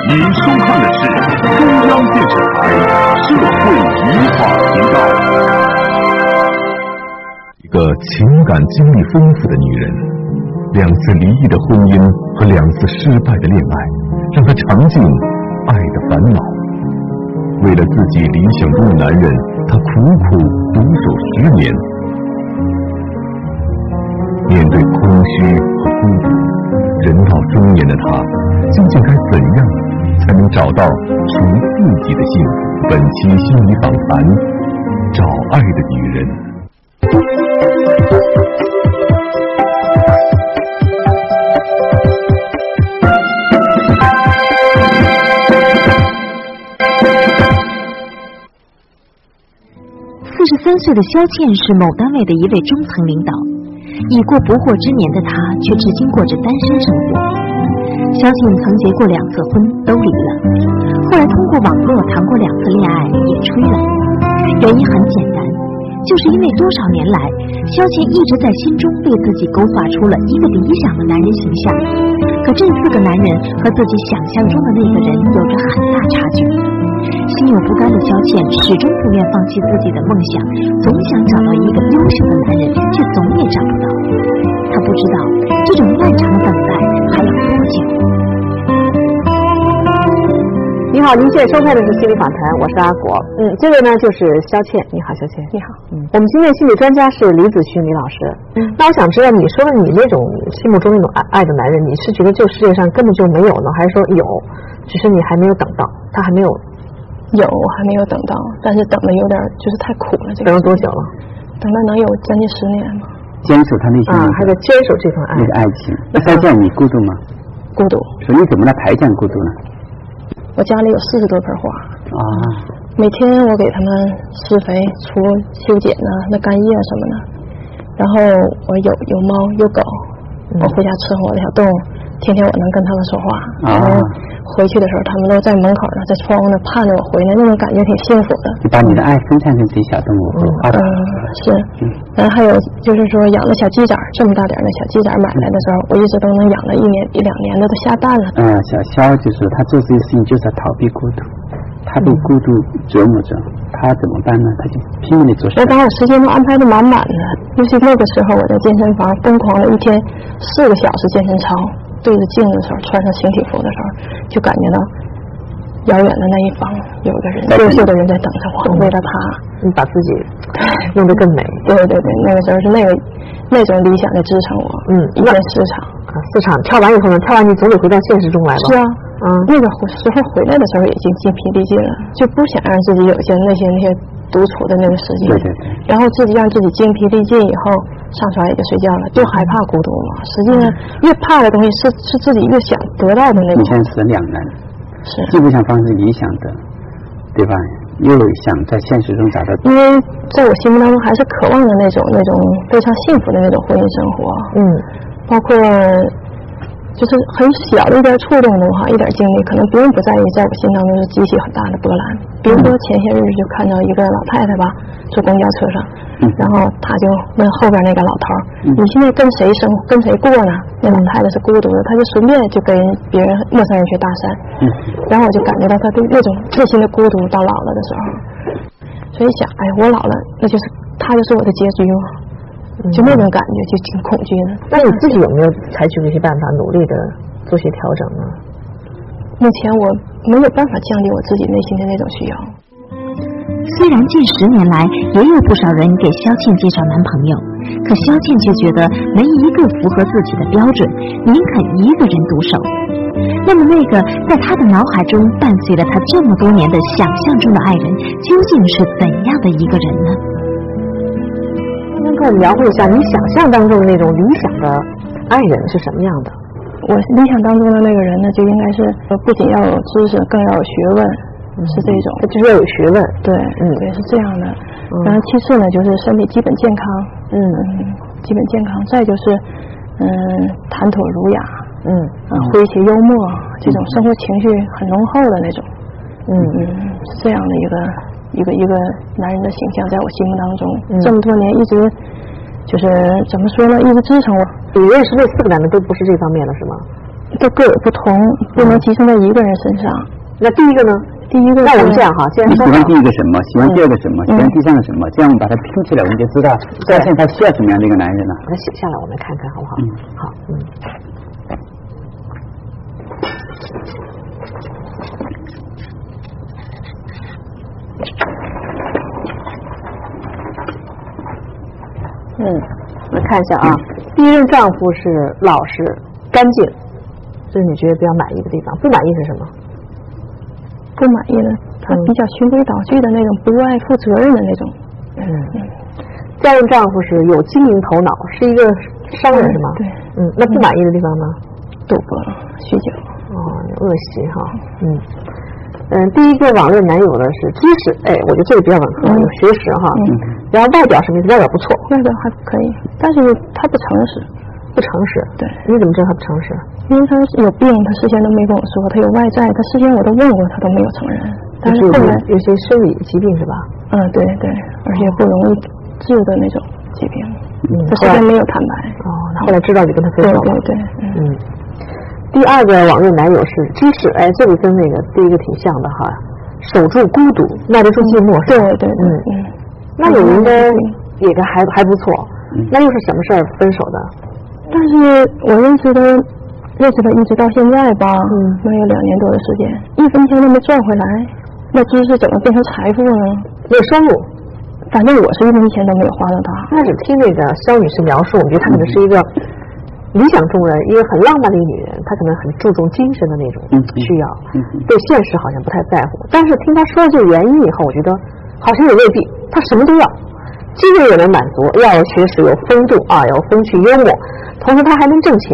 您收看的是中央电视台社会与法频道。一个情感经历丰富的女人，2次离异的婚姻和2次失败的恋爱，让她尝尽爱的烦恼。为了自己理想中的男人，她苦苦独守10年。面对空虚和孤独，人到中年的她究竟该怎样才能找到属于自己的幸福？本期心理访谈，找爱的女人。 43岁的肖倩是某单位的一位中层领导，已过不惑之年的她却至今过着单身生活。肖倩曾结过2次婚，都离了，后来通过网络谈过2次恋爱，也吹了。原因很简单，就是因为多少年来，肖倩一直在心中为自己勾画出了一个理想的男人形象，可这4个男人和自己想象中的那个人有着很大差距。心有不甘的肖倩始终不愿放弃自己的梦想，总想找到一个优秀的男人，却总也找不到。她不知道这种漫长的等待还要多久。 你好，您现在收看的是心理访谈，我是阿果。这位呢就是肖倩。你好，肖倩。 你好。 我们今天心理专家是李子勋李老师。那我想知道，你说的你那种心目中那种爱的男人，你是觉得这个世界上根本就没有呢，还是说有，只是你还没有等到，他还没有？ 有，我还没有等到，但是等的有点就是太苦了。 等了多久了？ 等了能有将近10年吧。 坚守他内心还在坚守这份爱， 那个爱情。那肖倩，你孤独吗？ 孤独。 所以你怎么来排解孤独呢？ 我家里有40多盆花啊， 每天我给他们施肥、除修剪呐，那干叶什么的。然后我有猫有狗，我回家伺候我的小动物，天天我能跟他们说话。然后回去的时候，他们都在门口呢，在窗户那盼着我回来，那种感觉挺幸福的。 你把你的爱分散给这些小动物， 是。然后还有就是说养的小鸡仔，这么大点的小鸡仔买来的时候，我一直都能养了1年1、2年的，都下蛋了。 小肖就是他做这些事情就是要逃避孤独，他被孤独折磨着，他怎么办呢？他就拼命的做事。 我把我时间都安排的满满的，尤其那个时候我在健身房疯狂的一天4个小时健身操。对着镜子的时候，穿上形体服的时候，就感觉到遥远的那一方有一个人，优秀的人在等着我，为了他， 你把自己弄得更美。对， 那个时候是那种理想在支撑我。一天4场 ，4场跳完以后呢，跳完你总得回到现实中来吧？ 是啊，那个时候回来的时候已经精疲力尽了，就不想让自己有些那些独处的那个时间。 对。 然后自己让自己精疲力尽以后，上床也就睡觉了，就害怕孤独嘛。实际上，越怕的东西是自己越想得到的那种。 你现在是两难， 是既不想放弃理想的，对吧？又想在现实中找到。 因为在我心目当中还是渴望的那种非常幸福的那种婚姻生活。包括就是很小的一点触动的话，一点经历，可能别人不在意，在我心当中是激起很大的波澜。比如说前些日子就看到一个老太太吧，坐公交车上，然后他就问后边那个老头，你现在跟谁过呢？那老太太是孤独的，他就随便就跟别人陌生人去搭讪，然后我就感觉到他对那种内心的孤独到老了的时候，所以想，哎，我老了，那就是他就是我的结局嘛。就那种感觉就挺恐惧的。 那你自己有没有采取这些办法，努力的做些调整呢？ 目前我没有办法降低我自己内心的那种需要。 虽然近10年来也有不少人给肖倩介绍男朋友，可肖倩却觉得没一个符合自己的标准，宁肯一个人独守。那么那个在他的脑海中伴随了他这么多年的想象中的爱人，究竟是怎样的一个人呢？ 能够描绘一下你想象当中的那种理想的爱人是什么样的？ 我理想当中的那个人呢，就应该是不仅要有知识，更要有学问，是这种。 就是要有学问。 对，对，是这样的。然后其次呢，就是身体基本健康，基本健康。再就是，谈吐儒雅，诙谐幽默，这种生活情绪很浓厚的那种，是这样的一个男人的形象，在我心目当中，这么多年一直就是怎么说呢，一直支撑我。 你认识那4个男的都不是这方面的是吗？ 都各有不同，不能集中在一个人身上。 那第一个呢？ 第一个， 那我们这样哈，既然你喜欢第一个什么，喜欢第二个什么，喜欢第三个什么，这样我们把它拼起来，我们就知道现在他需要什么样的一个男人了。 把它写下来，我们看看好不好？好，我们看一下啊，第一任丈夫是老实、干净，这是你觉得比较满意的地方。不满意是什么？ 不满意的，他比较循规蹈矩的那种，不爱负责任的那种。 第二任丈夫是有经营头脑，是一个商人是吗？ 对。 那不满意的地方呢？ 赌博、酗酒。 恶习哈。第一个网恋男友的是知识，我觉得这个比较吻合，有学识哈。然后外表什么意思？外表不错， 外表还可以，但是他不诚实。 不诚实？对。你怎么知道他不诚实？ 因为他有病，他事先都没跟我说，他有外在，他事先我都问过，他都没有承认。但是后来有些生理疾病是吧？ 对，而且不容易治的那种疾病。他事先没有坦白。 他后来知道就跟他分手了。 对。 第二个网恋男友是知识，这里跟那个第一个挺像的哈，守住孤独，耐得住寂寞。 对。 那也应该也还不错。那又是什么事儿分手的？ 但是我认识他一直到现在吧，没有2年多的时间，1分钱都没赚回来。那知识怎么变成财富呢？ 没有收入。 反正我是1分钱都没有花到他。 那只听那个肖女士描述，我觉得她可能是一个理想中人，一个很浪漫的一个女人，她可能很注重精神的那种需要，对现实好像不太在乎。但是听她说了这个原因以后，我觉得好像也未必，她什么都要，精神也能满足，要有学识，有风度啊，有风趣幽默，同时她还能挣钱。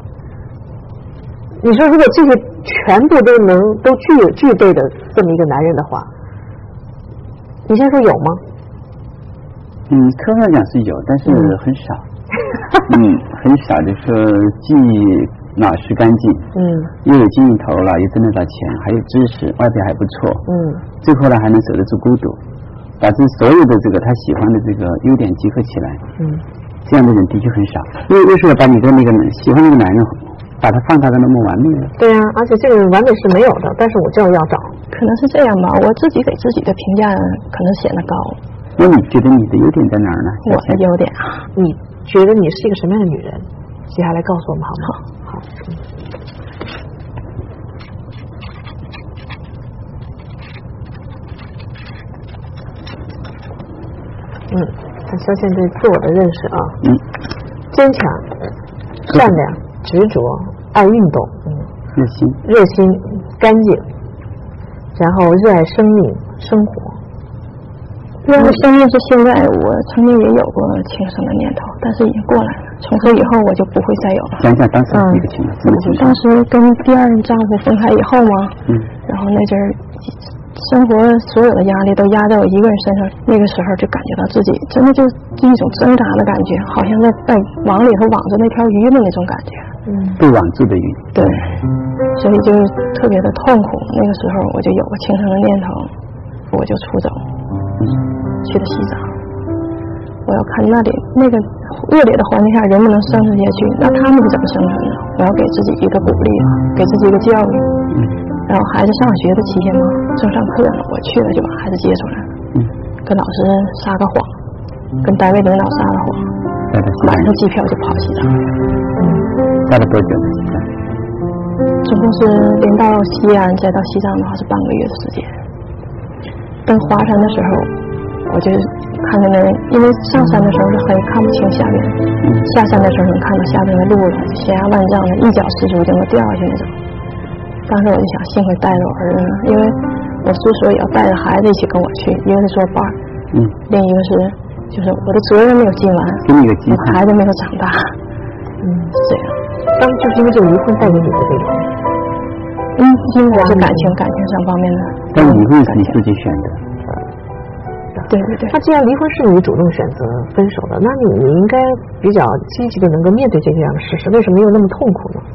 你说如果这些全部都具备的这么一个男人的话，你先说有吗？ 客观讲是有，但是很少。很少，就是说既老实干净，又有经营头脑，又挣得到钱，还有知识，外表还不错，最后呢还能守得住孤独，把这所有的这个他喜欢的这个优点集合起来，这样的人的确很少。为什么把你的那个喜欢那个男人把他放大的那么完美呢？ 对啊，而且这个完美是没有的，但是我就是要找。 可能是这样吧，我自己给自己的评价可能显得高。 那你觉得你的优点在哪儿呢？ 我的优点你觉得你是一个什么样的女人？接下来告诉我们好吗？好。看肖倩对自我的认识啊，坚强、善良、执着、爱运动，热心、干净，然后热爱生命、生活。 热爱生命是现在，我曾经也有过轻生的念头，但是已经过来了。从此以后我就不会再有了。 讲讲当时这个情况。 当时跟第二任丈夫分开以后嘛，然后那阵儿生活所有的压力都压在我一个人身上，那个时候就感觉到自己真的就是一种挣扎的感觉，好像在网里头网着那条鱼的那种感觉。 被网住的鱼。 对，所以就特别的痛苦。那个时候我就有过轻生的念头，我就出走。去的西藏，我要看那里那个恶劣的环境下人们能生存下去，那他们是怎么生存的？我要给自己一个鼓励，给自己一个教育。然后孩子上学的期间嘛，正上课呢，我去了就把孩子接出来了，跟老师撒个谎，跟单位领导撒个谎，买上机票就跑西藏。 待了多久呢？西藏？ 总共是连到西安再到西藏的话是半个月的时间。登华山的时候，我就看见那，因为上山的时候是黑，看不清下面；下山的时候能看到下面的路了，悬崖万丈的，一脚失足就能掉下去那种。当时我就想，幸亏带着我儿子呢，因为我之所以要带着孩子一起跟我去，一个是做伴儿，另一个是就是我的责任没有尽完，我孩子没有长大，是这样。 当时就是因为这个离婚带给你的这种。 因为是感情上方面的。 但离婚是你自己选的。 对。 那既然离婚是你主动选择分手的，那你应该比较积极的能够面对这样的事实，为什么又那么痛苦呢？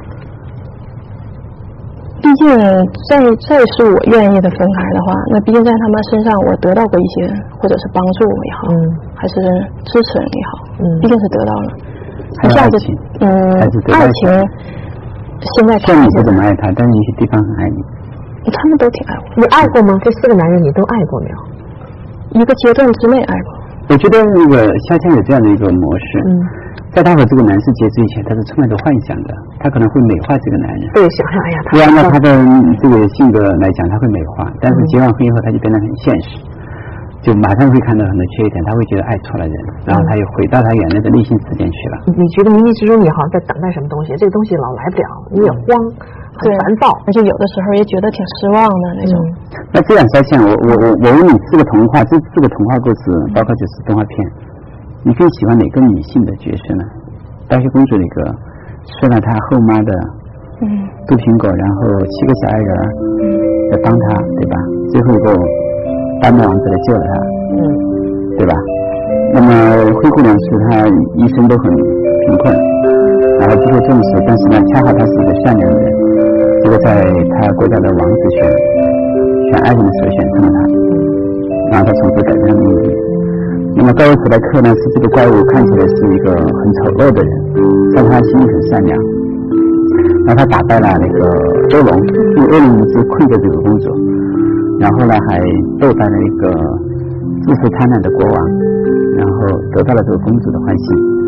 毕竟再是我愿意的分开的话，那毕竟在他们身上我得到过一些，或者是帮助也好，还是支持也好，毕竟是得到了。还是爱情， 现在像你不怎么爱他，但是有些地方很爱你。 他们都挺爱我。 你爱过吗？这4个男人你都爱过没有？ 一个阶段之内爱过。 我觉得那个潇湘有这样的一个模式，在他和这个男士结识以前，他是充满着幻想的，他可能会美化这个男人， 对，想象，哎呀， 不然按照他的这个性格来讲，他会美化，但是结完婚以后，他就变得很现实，就马上会看到很多缺点，他会觉得爱错了人，然后他又回到他原来的内心世界去了。 你觉得冥冥之中你好像在等待什么东西，这个东西老来不了，你也慌，很烦躁， 而且有的时候也觉得挺失望的那种。 那这样潇湘，我问你4个童话，这4个童话故事，包括就是动画片，你更喜欢哪个女性的角色呢？白雪公主那个吃了她后妈的毒苹果，然后7个小矮人来帮她，对吧？最后一个丹麦王子来救了她，对吧？那么灰姑娘是她一生都很贫困，然后不受重视，但是呢，恰好她是一个善良的人，结果在她国家的王子选爱人的时候选中了她，然后她从此改变了命运。那么高维史莱克呢，是这个怪物看起来是一个很丑陋的人，但他心里很善良。然后他打败了那个恶龙，用恶龙无知困着这个公主，然后呢还斗败了一个自私贪婪的国王，然后得到了这个公主的欢心，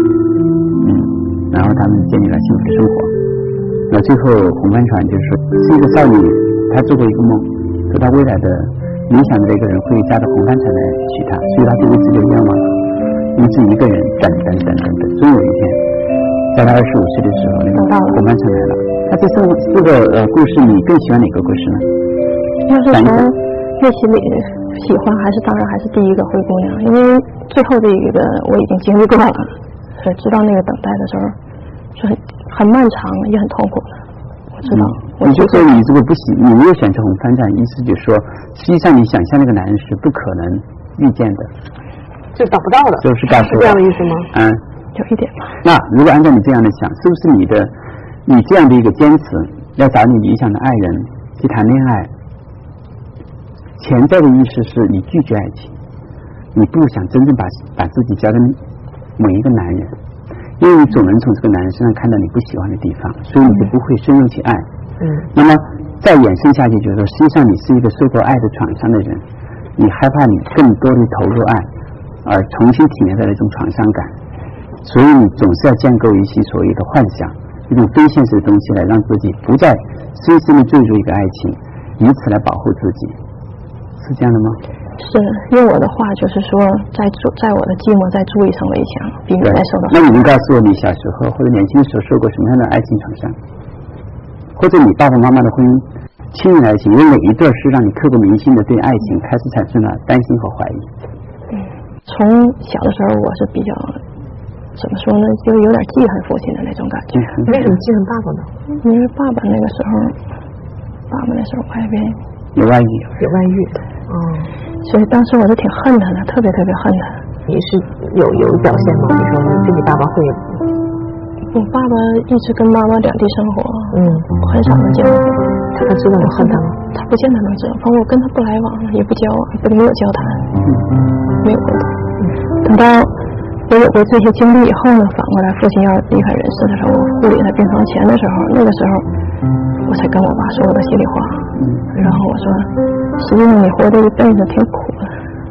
然后他们建立了幸福的生活。那最后红帆船就是是一个少女，她做过一个梦，说她未来的理想的一个人会驾着红帆船来娶她，所以她就为自己的愿望一直一个人等，终有一天在她25岁的时候，那个红帆船来了。那这4个故事你更喜欢哪个故事呢？ 要是从内心里喜欢，当然还是第一个灰姑娘，因为最后这一个我已经经历过了，知道那个等待的时候是很漫长也很痛苦的，我知道。 你就说你如果你没有选择红帆船，意思就是说实际上你想象那个男人是不可能遇见的， 就找不到了， 就是告诉我是这样的意思吗？ 有一点吧。 那如果按照你这样的想，是不是你这样的一个坚持要找你理想的爱人去谈恋爱，潜在的意思是你拒绝爱情，你不想真正把自己交给某一个男人，因为你总能从这个男人身上看到你不喜欢的地方，所以你就不会深入去爱。那么再衍生下去就是说，实际上你是一个受过爱的创伤的人，你害怕你更多的投入爱而重新体验到那种创伤感，所以你总是要建构一些所谓的幻想，一种非现实的东西来让自己不再深深的坠入一个爱情，以此来保护自己，是这样的吗？ 是，用我的话就是说，在我的寂寞再筑一层围墙，避免再受到。 那你能告诉我你小时候或者年轻的时候受过什么样的爱情创伤？或者你爸爸妈妈的婚姻，亲人爱情有哪一段是让你刻骨铭心的对爱情开始产生了担心和怀疑？ 从小的时候我是比较怎么说呢，就有点记恨父亲的那种感觉。 为什么记恨爸爸呢？ 因为爸爸那个时候外边有外遇， 所以当时我是挺恨他的，特别恨他。 你是有表现吗？你说你跟你爸爸会？ 我爸爸一直跟妈妈两地生活，很少能见到他。 他知道我恨他吗？ 他不见得能知道，反正我跟他不来往，也不交往，没有交谈，没有沟通。等到我有过这些经历以后呢，反过来父亲要离开人世的时候，我护理他病床前的时候，那个时候我才跟我爸说我的心里话。然后我说，实际上你活这一辈子挺苦的，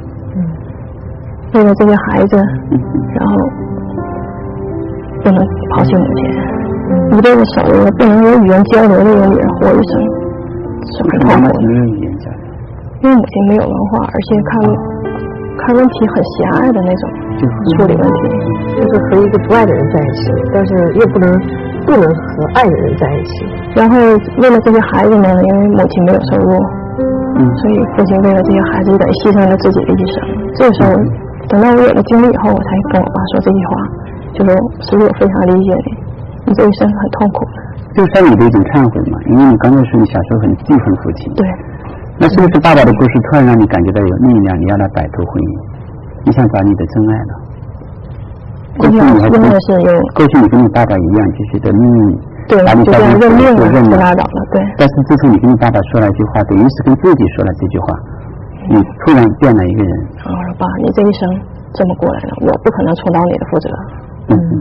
为了这些孩子，然后不能抛弃母亲，一辈子守着一个不能有语言交流的一个女人活一生，是很痛苦的。因为母亲没有文化，而且看问题很狭隘的那种处理问题， 就是和一个不爱的人在一起，但是又不能和爱的人在一起。 然后为了这些孩子呢，因为母亲没有收入，所以父亲为了这些孩子就得牺牲了自己的一生。这个时候，等到我有了经历以后，我才跟我爸说这句话，就说其实我非常理解你这一生很痛苦的。 就算你的一种忏悔嘛，因为你刚才说你小时候很记恨父亲。 对。 那是不是爸爸的故事突然让你感觉到有力量，你要来摆脱婚姻，你想找你的真爱了？过去你跟你爸爸一样，就觉得命运把你交给认命了， 拉倒了。对。 但是自从你跟你爸爸说了一句话，等于是跟自己说了这句话，你突然变了一个人。 我说爸，你这一生这么过来了，我不可能充当你的负责。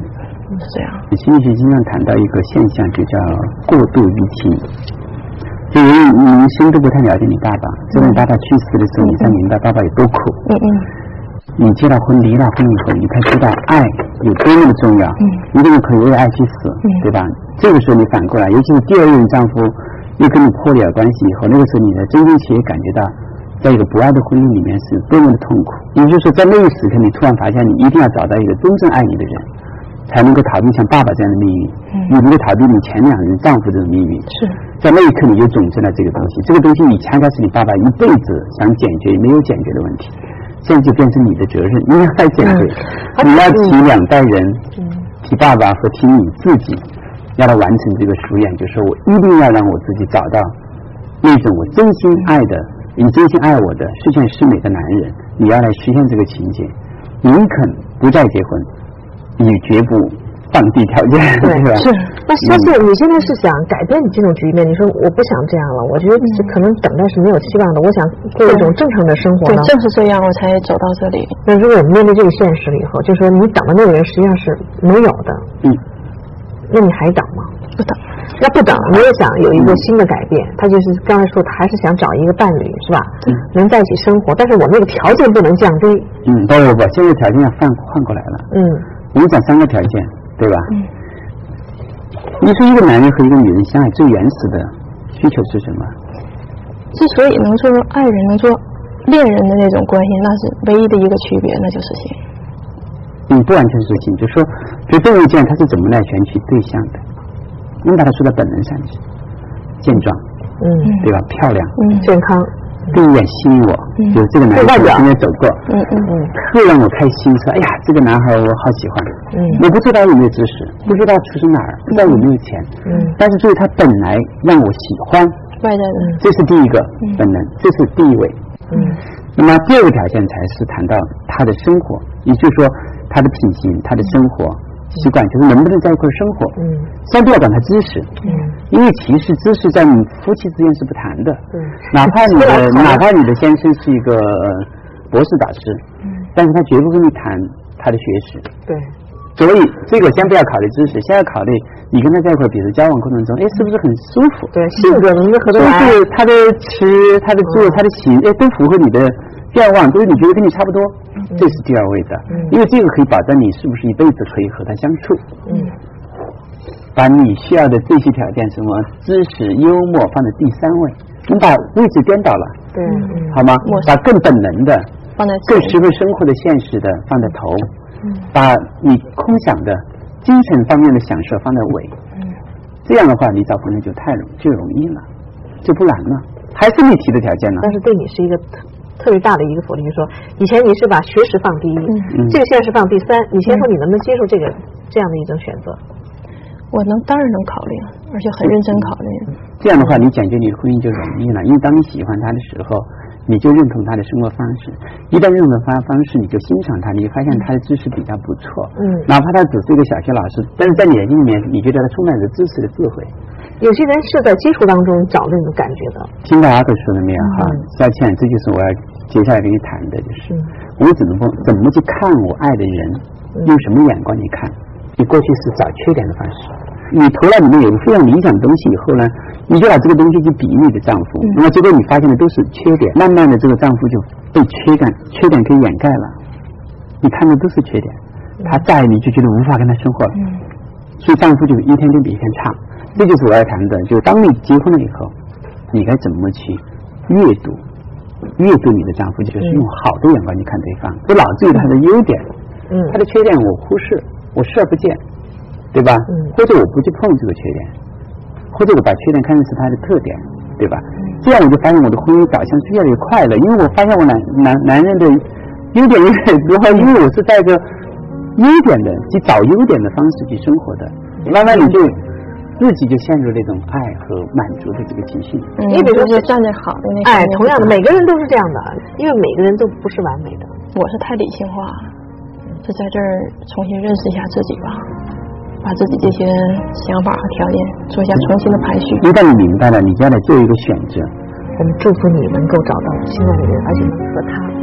是这样。 心理学经常谈到一个现象，就叫过度于情。就因为你心都不太了解你爸爸，直到你爸爸去世的时候，你才明白爸爸有多苦。你结了婚，离了婚以后，你才知道爱有多么的重要。一个人可以为了爱去死，对吧？这个时候你反过来，尤其是第二任丈夫又跟你破裂了关系以后，那个时候你才真正去感觉到，在一个不爱的婚姻里面是多么的痛苦。也就是说，在那一时刻，你突然发现你一定要找到一个真正爱你的人，才能够逃避像爸爸这样的命运，你能够逃避你前两任丈夫这种命运。是在那一刻，你就种植了这个东西。这个东西以前开始你爸爸一辈子想解决没有解决的问题，现在就变成你的责任，你要来解决。你要替两代人，替爸爸和替你自己，要来完成这个夙愿，就是我一定要让我自己找到那种我真心爱的，你真心爱我的十全十美的男人，你要来实现这个情节。宁肯不再结婚，也绝不放低条件，对吧？ 是。那小谢，你现在是想改变你这种局面？你说我不想这样了，我觉得可能等待是没有希望的，我想过一种正常的生活呢。 对，正是这样，我才走到这里。 那如果我们面对这个现实了以后，就说你等的那个人实际上是没有的，那你还等吗？ 不等。 那不等，你也想有一个新的改变。他就是刚才说，他还是想找一个伴侣，是吧？能在一起生活，但是我那个条件不能降低。 不，现在条件要换过来了。我们讲3个条件，对吧？你说一个男人和一个女人相爱最原始的需求是什么？ 之所以能做爱人，能做恋人的那种关系，那是唯一的一个区别，那就是性。 不完全是性，就说就动物界它是怎么来选取对象的？我们把它说到本能上去，健壮，对吧？漂亮， 健康。 第一眼吸引我，就是这个男孩我今天走过，特让我开心，说哎呀，这个男孩我好喜欢。我不知道有没有知识，不知道出身哪儿，不知道有没有钱，但是作为他本来让我喜欢， 外在的， 这是第一个本能，这是第一位。那么第二个条件才是谈到他的生活，也就是说他的品行、他的生活习惯，就是能不能在一块生活。先不要管他知识，因为其实知识在你夫妻之间是不谈的。哪怕你的先生是一个博士导师，但是他绝不跟你谈他的学识。对。所以这个先不要考虑知识，先要考虑你跟他在一块，比如交往过程中，是不是很舒服？对，性格能够合得来，就是他的吃、他的住、他的行，都符合你的愿望，都是你觉得跟你差不多，这是第二位的，因为这个可以保证你是不是一辈子可以和他相处。把你需要的这些条件，什么知识、幽默放在第3位，你把位置颠倒了，对，好吗？把更本能的、放在更适合生活的、现实的放在头，把你空想的精神方面的享受放在尾，这样的话，你找朋友就容易了，就不难了。还是你提的条件呢？但是对你是一个特别大的一个否定，就是说以前你是把学识放第一，这个现在是放第3，你先说你能不能接受这样的一种选择？ 我当然能考虑，而且很认真考虑。 这样的话，你解决你的婚姻就容易了，因为当你喜欢他的时候，你就认同他的生活方式。一旦认同他的方式，你就欣赏他，你就发现他的知识比较不错。哪怕他只是一个小学老师，但是在你的心里面，你觉得他充满着知识的智慧。有些人是在接触当中找这种感觉的。听到阿克说的没有哈？小倩，这就是我要接下来跟你谈的，就是我们怎么去看我爱的人，用什么眼光去看？你过去是找缺点的方式，你头脑里面有个非常理想的东西以后呢，你就把这个东西去比喻你的丈夫，那么结果你发现的都是缺点，慢慢的这个丈夫就被缺点给掩盖了，你看的都是缺点，他再爱你就觉得无法跟他生活了，所以丈夫就一天就比一天差。这就是我要谈的，就当你结婚了以后，你该怎么去阅读你的丈夫，就是用好的眼光去看对方，不老注意他的优点，他的缺点我忽视，我视而不见，对吧？或者我不去碰这个缺点，或者我把缺点看成是他的特点，对吧？这样我就发现我的婚姻导向是越来越快乐，因为我发现我男人的优点越来越多，因为我是带着优点的去找优点的方式去生活的，慢慢你就自己就陷入那种爱和满足的这个情绪。 你比如说站在好的那同样的每个人都是这样的，因为每个人都不是完美的。 我是太理性化，就在这儿重新认识一下自己吧，把自己这些想法和条件做一下重新的排序。 一旦你明白了，你就要来做一个选择。 我们祝福你能够找到心爱的人，而且能和他